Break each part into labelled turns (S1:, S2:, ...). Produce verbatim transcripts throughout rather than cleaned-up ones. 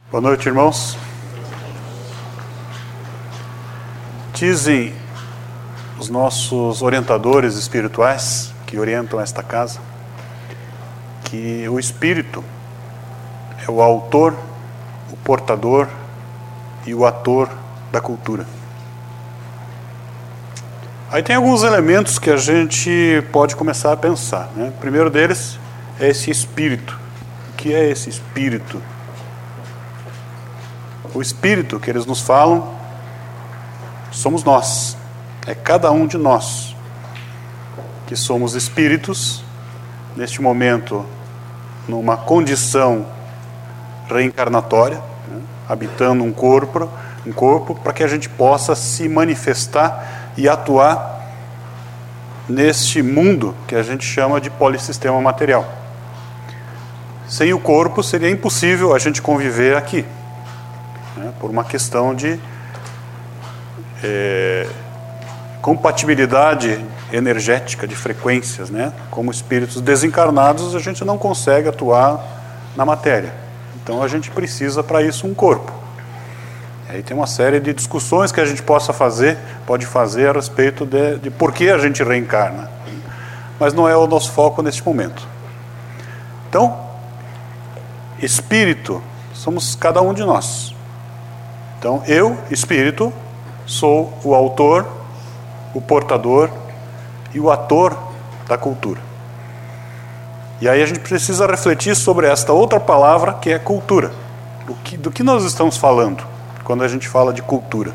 S1: Boa noite, irmãos. Dizem os nossos orientadores espirituais que orientam esta casa que o espírito é o autor, o portador e o ator da cultura. Aí tem alguns elementos que a gente pode começar a pensar, né? O primeiro deles é esse espírito. O que é esse espírito? O espírito que eles nos falam somos nós, é cada um de nós que somos espíritos neste momento numa condição reencarnatória, né? Habitando um corpo, um corpo para que a gente possa se manifestar e atuar neste mundo que a gente chama de polissistema material. Sem o corpo seria impossível a gente conviver aqui, né, por uma questão de é, compatibilidade energética de frequências, né? Como espíritos desencarnados a gente não consegue atuar na matéria, então a gente precisa para isso um corpo. Aí tem uma série de discussões que a gente possa fazer, pode fazer a respeito de, de por que a gente reencarna, mas não é o nosso foco neste momento. Então, espírito somos cada um de nós. Então, eu, espírito, sou o autor, o portador e o ator da cultura. E aí a gente precisa refletir sobre esta outra palavra que é cultura. Do que, do que nós estamos falando quando a gente fala de cultura?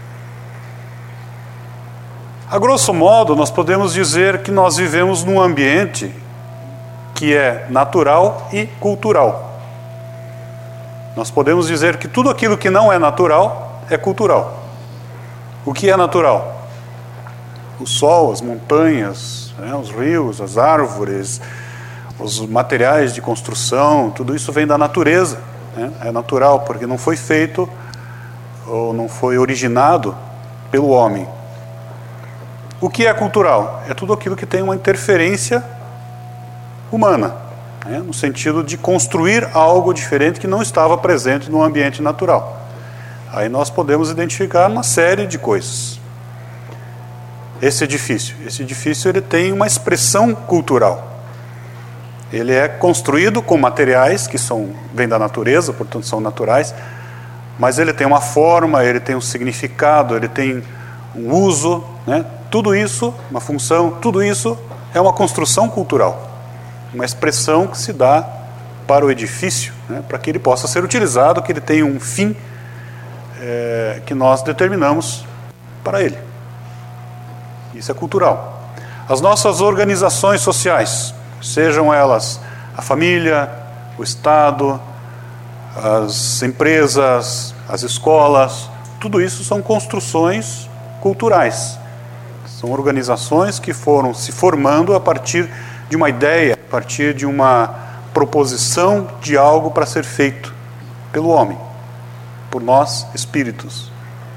S1: A grosso modo, nós podemos dizer que nós vivemos num ambiente que é natural e cultural. Nós podemos dizer que tudo aquilo que não é natural é cultural. O que é natural? O sol, as montanhas, né, os rios, as árvores, os materiais de construção, tudo isso vem da natureza, né? É natural, porque não foi feito ou não foi originado pelo homem. O que é cultural? É tudo aquilo que tem uma interferência humana, né, no sentido de construir algo diferente que não estava presente no ambiente natural. Aí nós podemos identificar uma série de coisas. Esse edifício, esse edifício ele tem uma expressão cultural. Ele é construído com materiais que são, vêm da natureza, portanto são naturais, mas ele tem uma forma, ele tem um significado, ele tem um uso, né? Tudo isso, uma função, tudo isso é uma construção cultural. Uma expressão que se dá para o edifício, né, para que ele possa ser utilizado, que ele tenha um fim é, que nós determinamos para ele. Isso é cultural. As nossas organizações sociais, sejam elas a família, o Estado, as empresas, as escolas, tudo isso são construções culturais. São organizações que foram se formando a partir de uma ideia, a partir de uma proposição de algo para ser feito pelo homem, por nós, espíritos.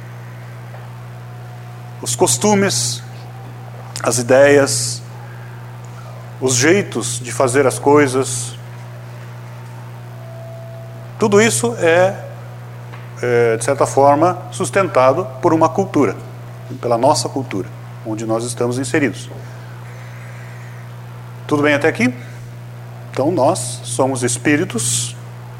S1: Os costumes, as ideias, os jeitos de fazer as coisas, tudo isso é, é, de certa forma, sustentado por uma cultura, pela nossa cultura, onde nós estamos inseridos. Tudo bem até aqui? Então nós somos espíritos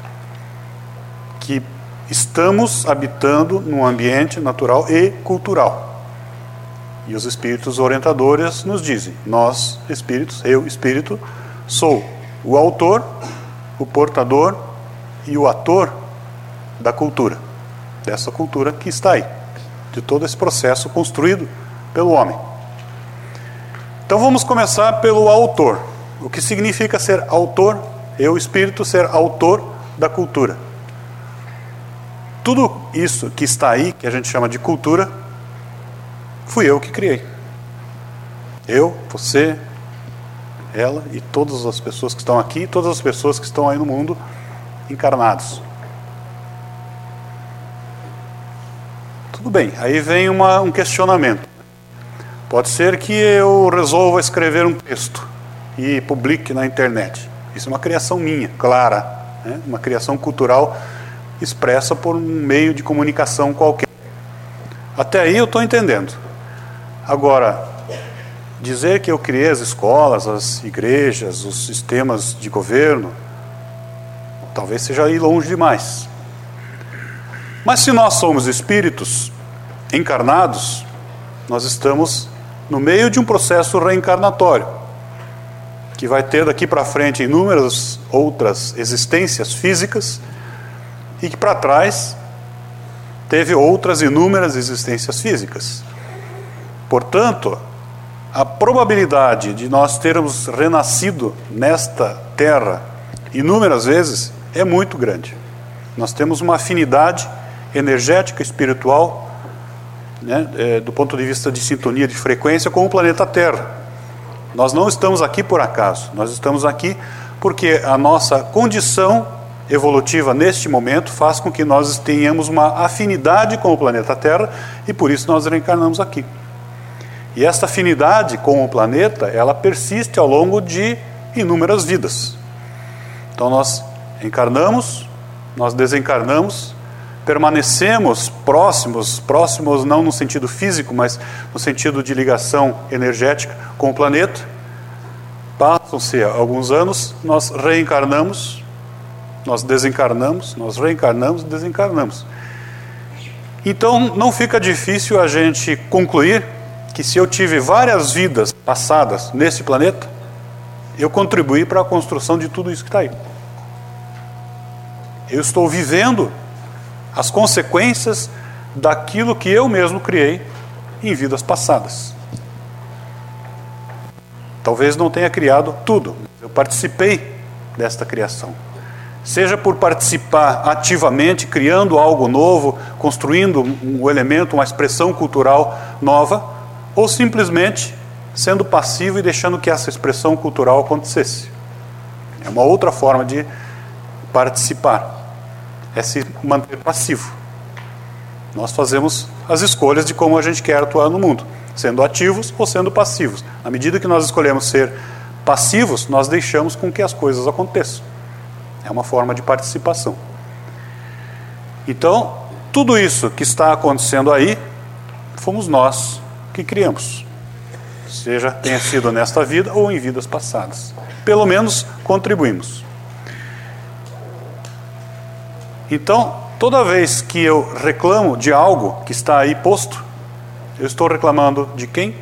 S1: que estamos habitando num ambiente natural e cultural. E os espíritos orientadores nos dizem, nós espíritos, eu espírito, sou o autor, o portador e o ator da cultura, dessa cultura que está aí, de todo esse processo construído pelo homem. Então vamos começar pelo autor. O que significa ser autor? Eu, espírito, ser autor da cultura. Tudo isso que está aí, que a gente chama de cultura, fui eu que criei. Eu, você, ela e todas as pessoas que estão aqui, todas as pessoas que estão aí no mundo encarnados. Tudo bem, aí vem uma, um questionamento. Pode ser que eu resolva escrever um texto e publique na internet. Isso é uma criação minha, clara, né? Uma criação cultural expressa por um meio de comunicação qualquer. Até aí eu estou entendendo. Agora, dizer que eu criei as escolas, as igrejas, os sistemas de governo, talvez seja ir longe demais. Mas se nós somos espíritos encarnados, nós estamos no meio de um processo reencarnatório, que vai ter daqui para frente inúmeras outras existências físicas, e que para trás teve outras inúmeras existências físicas. Portanto, a probabilidade de nós termos renascido nesta terra inúmeras vezes é muito grande. Nós temos uma afinidade energética, espiritual, né, é, do ponto de vista de sintonia, de frequência, com o planeta Terra. Nós não estamos aqui por acaso, nós estamos aqui porque a nossa condição evolutiva neste momento faz com que nós tenhamos uma afinidade com o planeta Terra e por isso nós reencarnamos aqui. E esta afinidade com o planeta, ela persiste ao longo de inúmeras vidas. Então nós encarnamos, nós desencarnamos, permanecemos próximos, próximos não no sentido físico, mas no sentido de ligação energética com o planeta. Passam-se alguns anos, nós reencarnamos, nós desencarnamos, nós reencarnamos e desencarnamos. Então não fica difícil a gente concluir que se eu tive várias vidas passadas nesse planeta, eu contribuí para a construção de tudo isso que está aí. Eu estou vivendo as consequências daquilo que eu mesmo criei em vidas passadas. Talvez não tenha criado tudo, eu participei desta criação. Seja por participar ativamente, criando algo novo, construindo um elemento, uma expressão cultural nova, ou simplesmente sendo passivo e deixando que essa expressão cultural acontecesse. É uma outra forma de participar. É se manter passivo. Nós fazemos as escolhas de como a gente quer atuar no mundo, sendo ativos ou sendo passivos. À medida que nós escolhemos ser passivos, nós deixamos com que as coisas aconteçam. É uma forma de participação. Então, tudo isso que está acontecendo aí, fomos nós que criamos. Seja tenha sido nesta vida ou em vidas passadas. Pelo menos contribuímos. Então, toda vez que eu reclamo de algo que está aí posto, eu estou reclamando de quem?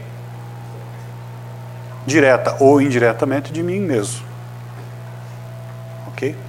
S1: Direta ou indiretamente de mim mesmo. Ok?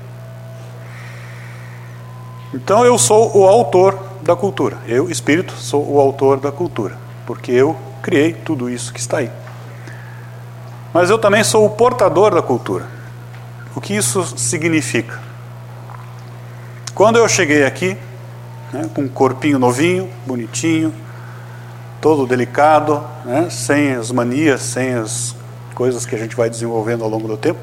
S1: Então eu sou o autor da cultura. Eu, espírito, sou o autor da cultura. Porque eu criei tudo isso que está aí. Mas eu também sou o portador da cultura. O que isso significa? Quando eu cheguei aqui, né, com um corpinho novinho, bonitinho, todo delicado, né, sem as manias, sem as coisas que a gente vai desenvolvendo ao longo do tempo.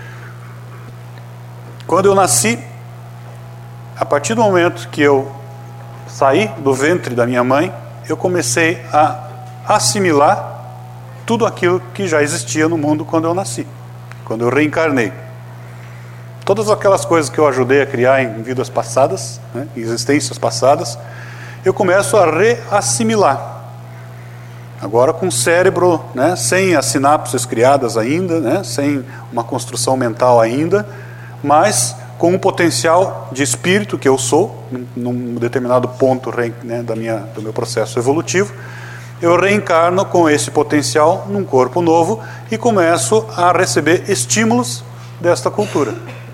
S1: Quando eu nasci, a partir do momento que eu saí do ventre da minha mãe, eu comecei a assimilar tudo aquilo que já existia no mundo quando eu nasci, quando eu reencarnei. Todas aquelas coisas que eu ajudei a criar em vidas passadas, né, em existências passadas, eu começo a reassimilar. Agora com o cérebro, né, sem as sinapses criadas ainda, né, sem uma construção mental ainda, mas com um potencial de espírito que eu sou, num determinado ponto, né, da minha, do meu processo evolutivo, eu reencarno com esse potencial num corpo novo e começo a receber estímulos desta cultura.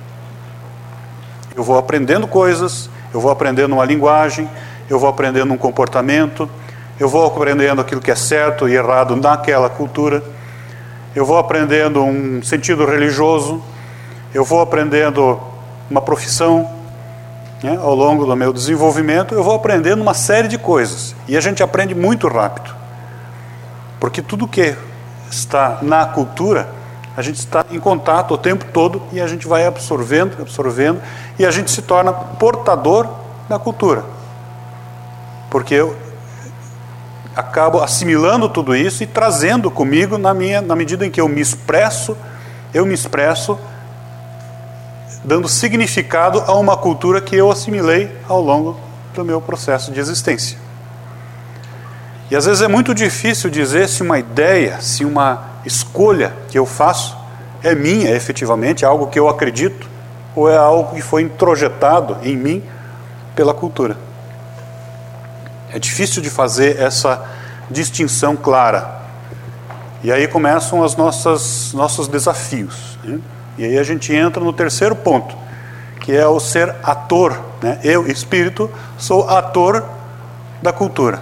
S1: Eu vou aprendendo coisas, eu vou aprendendo uma linguagem, eu vou aprendendo um comportamento, eu vou aprendendo aquilo que é certo e errado naquela cultura, eu vou aprendendo um sentido religioso, eu vou aprendendo uma profissão, né, ao longo do meu desenvolvimento, eu vou aprendendo uma série de coisas. E a gente aprende muito rápido. Porque tudo que está na cultura, a gente está em contato o tempo todo e a gente vai absorvendo, absorvendo, e a gente se torna portador da cultura. Porque eu acabo assimilando tudo isso e trazendo comigo, na, minha, na medida em que eu me expresso, eu me expresso dando significado a uma cultura que eu assimilei ao longo do meu processo de existência. E às vezes é muito difícil dizer se uma ideia, se uma escolha que eu faço é minha efetivamente, é algo que eu acredito, ou é algo que foi introjetado em mim pela cultura. É difícil de fazer essa distinção clara. E aí começam os nossos, nossos desafios, né? E aí a gente entra no terceiro ponto, que é o ser ator, né? Eu, espírito, sou ator da cultura.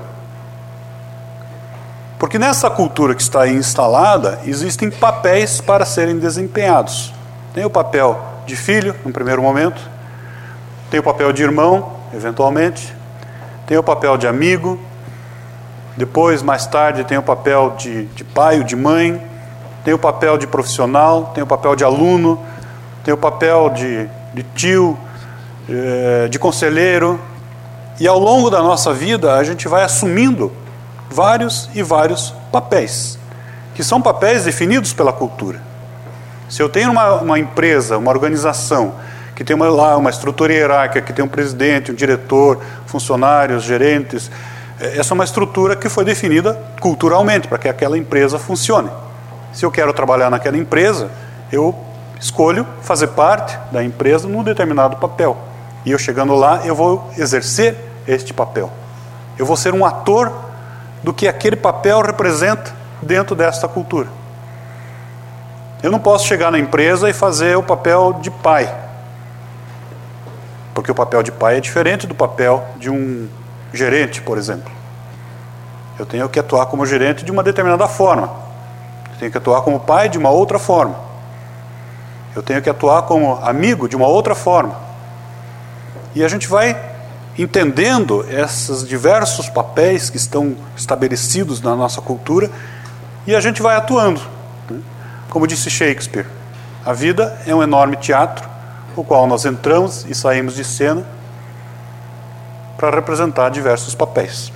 S1: Porque nessa cultura que está aí instalada, existem papéis para serem desempenhados. Tem o papel de filho, no primeiro momento. Tem o papel de irmão, eventualmente. Tem o papel de amigo. Depois, mais tarde, tem o papel de, de pai ou de mãe. Tem o papel de profissional. Tem o papel de aluno. Tem o papel de, de tio, de conselheiro. E ao longo da nossa vida, a gente vai assumindo vários e vários papéis, que são papéis definidos pela cultura. Se eu tenho uma, uma empresa, uma organização, que tem uma, lá uma estrutura hierárquica, que tem um presidente, um diretor, funcionários, gerentes, essa é uma estrutura que foi definida culturalmente, para que aquela empresa funcione. Se eu quero trabalhar naquela empresa, eu escolho fazer parte da empresa num determinado papel. E eu chegando lá, eu vou exercer este papel. Eu vou ser um ator do que aquele papel representa dentro desta cultura. Eu não posso chegar na empresa e fazer o papel de pai, porque o papel de pai é diferente do papel de um gerente, por exemplo. Eu tenho que atuar como gerente de uma determinada forma. Eu tenho que atuar como pai de uma outra forma. Eu tenho que atuar como amigo de uma outra forma. E a gente vai entendendo esses diversos papéis que estão estabelecidos na nossa cultura e a gente vai atuando. Como disse Shakespeare, a vida é um enorme teatro, o qual nós entramos e saímos de cena para representar diversos papéis.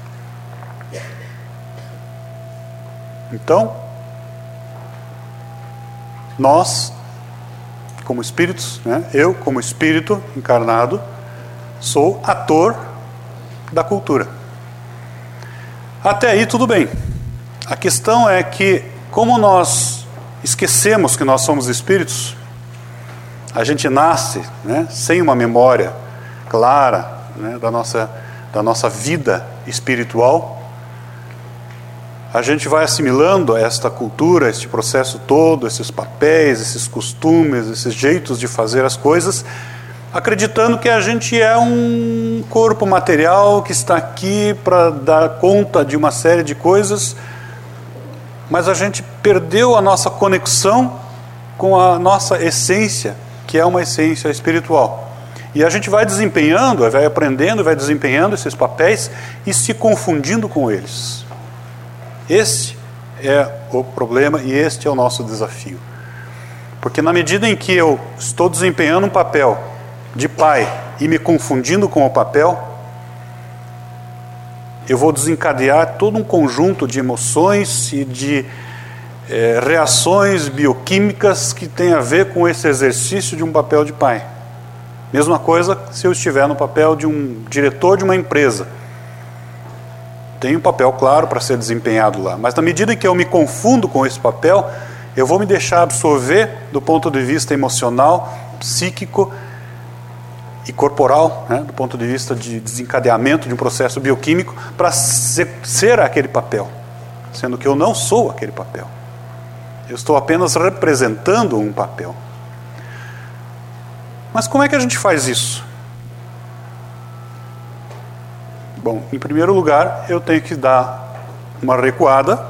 S1: Então, nós, como espíritos, né, eu como espírito encarnado, sou ator da cultura. Até aí tudo bem. A questão é que, como nós esquecemos que nós somos espíritos, a gente nasce, né, sem uma memória clara, né, da nossa, da nossa vida espiritual, a gente vai assimilando esta cultura, este processo todo, esses papéis, esses costumes, esses jeitos de fazer as coisas, acreditando que a gente é um corpo material que está aqui para dar conta de uma série de coisas, mas a gente perdeu a nossa conexão com a nossa essência, que é uma essência espiritual. E a gente vai desempenhando, vai aprendendo, vai desempenhando esses papéis e se confundindo com eles. Esse é o problema e este é o nosso desafio. Porque na medida em que eu estou desempenhando um papel de pai e me confundindo com o papel, eu vou desencadear todo um conjunto de emoções e de é, reações bioquímicas que tem a ver com esse exercício de um papel de pai. Mesma coisa se eu estiver no papel de um diretor de uma empresa. Tem um papel claro para ser desempenhado lá, mas na medida em que eu me confundo com esse papel, eu vou me deixar absorver do ponto de vista emocional, psíquico e corporal, né, do ponto de vista de desencadeamento de um processo bioquímico, para ser, ser aquele papel, sendo que eu não sou aquele papel. Eu estou apenas representando um papel. Mas como é que a gente faz isso? Bom, em primeiro lugar, eu tenho que dar uma recuada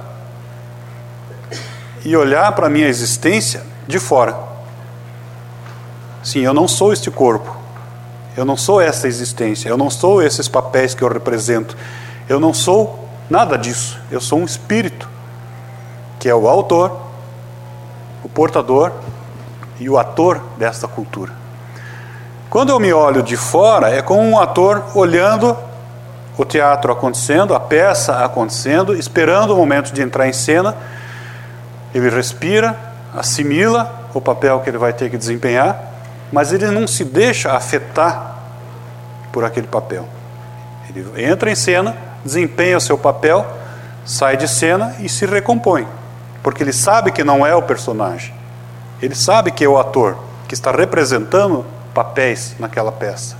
S1: e olhar para a minha existência de fora. Sim, eu não sou este corpo. Eu não sou essa existência, eu não sou esses papéis que eu represento, eu não sou nada disso, eu sou um espírito, que é o autor, o portador e o ator desta cultura. Quando eu me olho de fora, é como um ator olhando o teatro acontecendo, a peça acontecendo, esperando o momento de entrar em cena. Ele respira, assimila o papel que ele vai ter que desempenhar mas ele não se deixa afetar por aquele papel. Ele entra em cena, desempenha o seu papel, sai de cena e se recompõe, porque ele sabe que não é o personagem. Ele sabe que é o ator que está representando papéis naquela peça.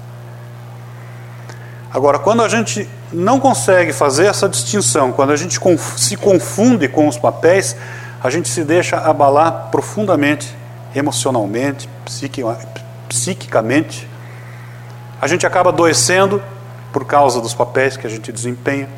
S1: Agora, quando a gente não consegue fazer essa distinção, quando a gente se confunde com os papéis, a gente se deixa abalar profundamente, emocionalmente, psiquicamente. A gente acaba adoecendo por causa dos papéis que a gente desempenha.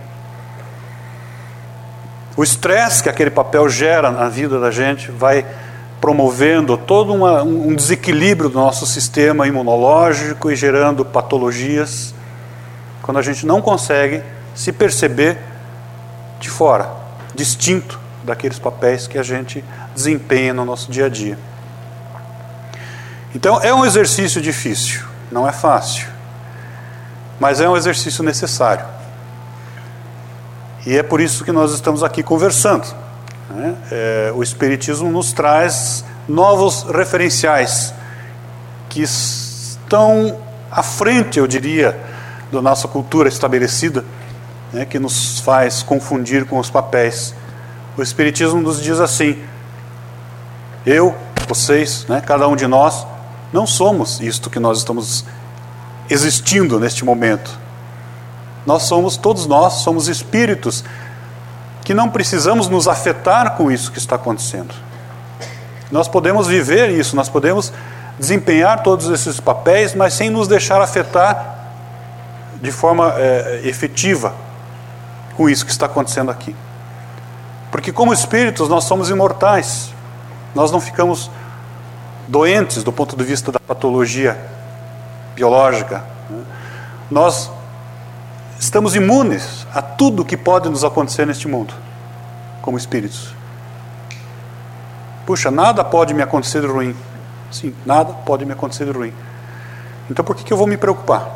S1: O estresse que aquele papel gera na vida da gente vai promovendo todo uma, um desequilíbrio do nosso sistema imunológico e gerando patologias, quando a gente não consegue se perceber de fora, distinto daqueles papéis que a gente desempenha no nosso dia a dia. Então é um exercício difícil, não é fácil, mas é um exercício necessário. E é por isso que nós estamos aqui conversando. Né? É, o Espiritismo nos traz novos referenciais que estão à frente, eu diria, da nossa cultura estabelecida, né, que nos faz confundir com os papéis. O Espiritismo nos diz assim: eu, vocês, né, cada um de nós, não somos isto que nós estamos existindo neste momento. Nós somos, todos nós, somos espíritos que não precisamos nos afetar com isso que está acontecendo. Nós podemos viver isso, nós podemos desempenhar todos esses papéis, mas sem nos deixar afetar de forma é, efetiva com isso que está acontecendo aqui. Porque como espíritos nós somos imortais, nós não ficamos doentes do ponto de vista da patologia biológica, né? Nós estamos imunes a tudo que pode nos acontecer neste mundo, como espíritos. Puxa, nada pode me acontecer de ruim. Sim, nada pode me acontecer de ruim. Então por que que eu vou me preocupar?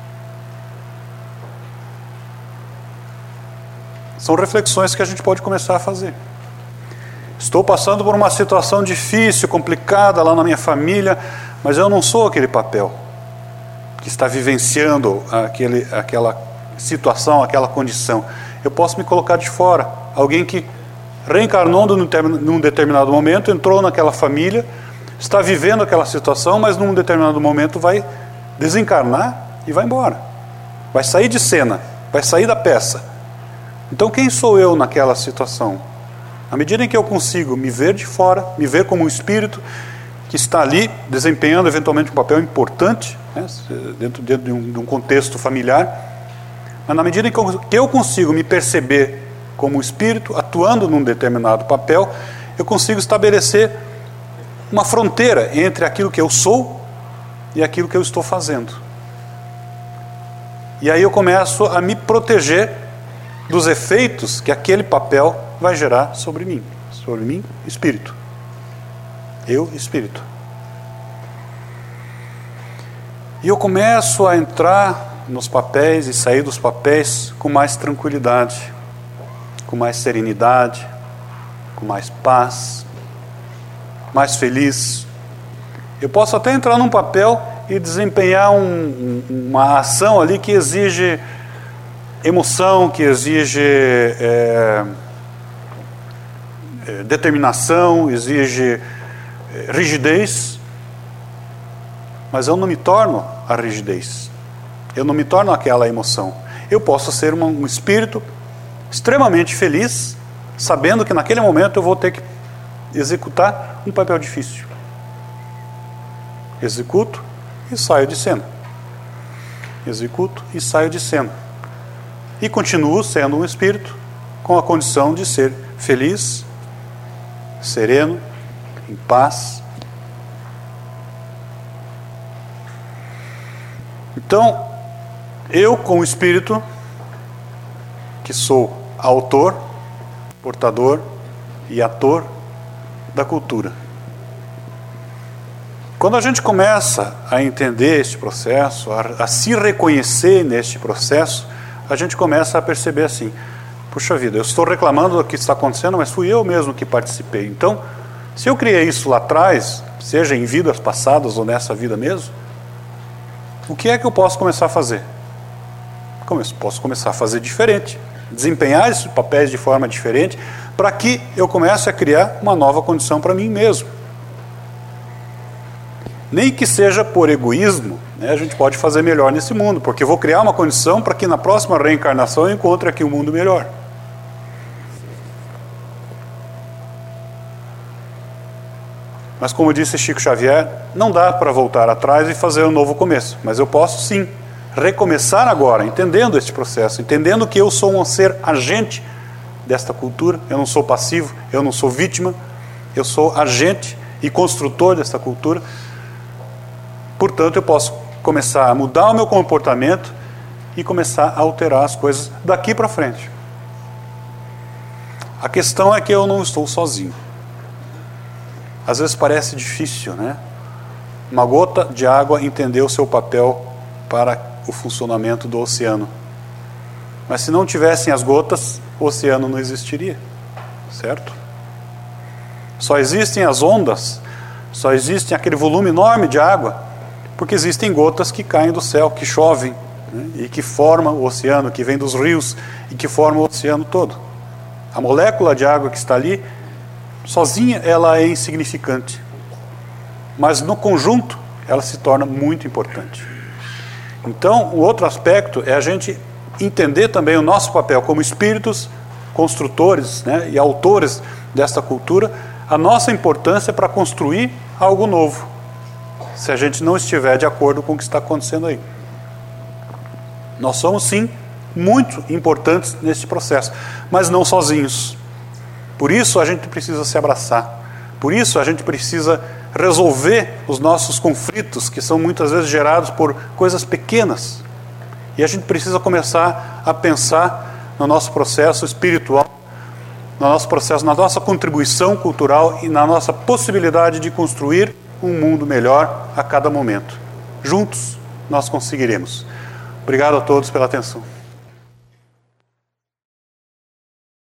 S1: São reflexões que a gente pode começar a fazer. Estou passando por uma situação difícil, complicada lá na minha família, mas eu não sou aquele papel que está vivenciando aquele, aquela situação, aquela condição. Eu posso me colocar de fora. Alguém que reencarnou num determinado momento, entrou naquela família, está vivendo aquela situação, mas num determinado momento vai desencarnar e vai embora. Vai sair de cena, vai sair da peça. Então quem sou eu naquela situação? À medida em que eu consigo me ver de fora, me ver como um espírito que está ali desempenhando eventualmente um papel importante, né, dentro, dentro de, um, de um contexto familiar, mas na medida em que eu consigo me perceber como um espírito atuando num determinado papel, eu consigo estabelecer uma fronteira entre aquilo que eu sou e aquilo que eu estou fazendo. E aí eu começo a me proteger dos efeitos que aquele papel vai gerar sobre mim, sobre mim, espírito. Eu, espírito. E eu começo a entrar nos papéis e sair dos papéis com mais tranquilidade, com mais serenidade, com mais paz, mais feliz. Eu posso até entrar num papel e desempenhar um, um, uma ação ali que exige emoção, que exige é, é, determinação, exige é, rigidez, mas eu não me torno a rigidez, eu não me torno aquela emoção. Eu posso ser uma, um espírito extremamente feliz, sabendo que naquele momento eu vou ter que executar um papel difícil. Executo e saio de cena. Executo e saio de cena. E continuo sendo um espírito com a condição de ser feliz, sereno, em paz. Então, eu como espírito, que sou autor, portador e ator da cultura. Quando a gente começa a entender este processo, a, a se reconhecer neste processo, a gente começa a perceber assim: puxa vida, eu estou reclamando do que está acontecendo, mas fui eu mesmo que participei. Então, se eu criei isso lá atrás, seja em vidas passadas ou nessa vida mesmo, o que é que eu posso começar a fazer? Como eu posso começar a fazer diferente, desempenhar esses papéis de forma diferente, para que eu comece a criar uma nova condição para mim mesmo. Nem que seja por egoísmo, né, a gente pode fazer melhor nesse mundo, porque eu vou criar uma condição para que na próxima reencarnação eu encontre aqui um mundo melhor. Mas como disse Chico Xavier, não dá para voltar atrás e fazer um novo começo, mas eu posso sim recomeçar agora, entendendo este processo, entendendo que eu sou um ser agente desta cultura, eu não sou passivo, eu não sou vítima, eu sou agente e construtor desta cultura. Portanto, eu posso começar a mudar o meu comportamento e começar a alterar as coisas daqui para frente. A questão é que eu não estou sozinho. Às vezes parece difícil, né? Uma gota de água entender o seu papel para o funcionamento do oceano. Mas se não tivessem as gotas, o oceano não existiria, certo? Só existem as ondas, só existe aquele volume enorme de água, porque existem gotas que caem do céu, que chovem, né? E que formam o oceano, que vêm dos rios e que formam o oceano todo. A molécula de água que está ali, sozinha ela é insignificante, mas no conjunto ela se torna muito importante. Então, o outro aspecto é a gente entender também o nosso papel como espíritos construtores, né, e autores desta cultura, a nossa importância para construir algo novo, se a gente não estiver de acordo com o que está acontecendo aí. Nós somos sim muito importantes neste processo, mas não sozinhos. Por isso a gente precisa se abraçar. Por isso a gente precisa resolver os nossos conflitos, que são muitas vezes gerados por coisas pequenas. E a gente precisa começar a pensar no nosso processo espiritual, no nosso processo, na nossa contribuição cultural e na nossa possibilidade de construir um mundo melhor a cada momento. Juntos nós conseguiremos. Obrigado a todos pela atenção.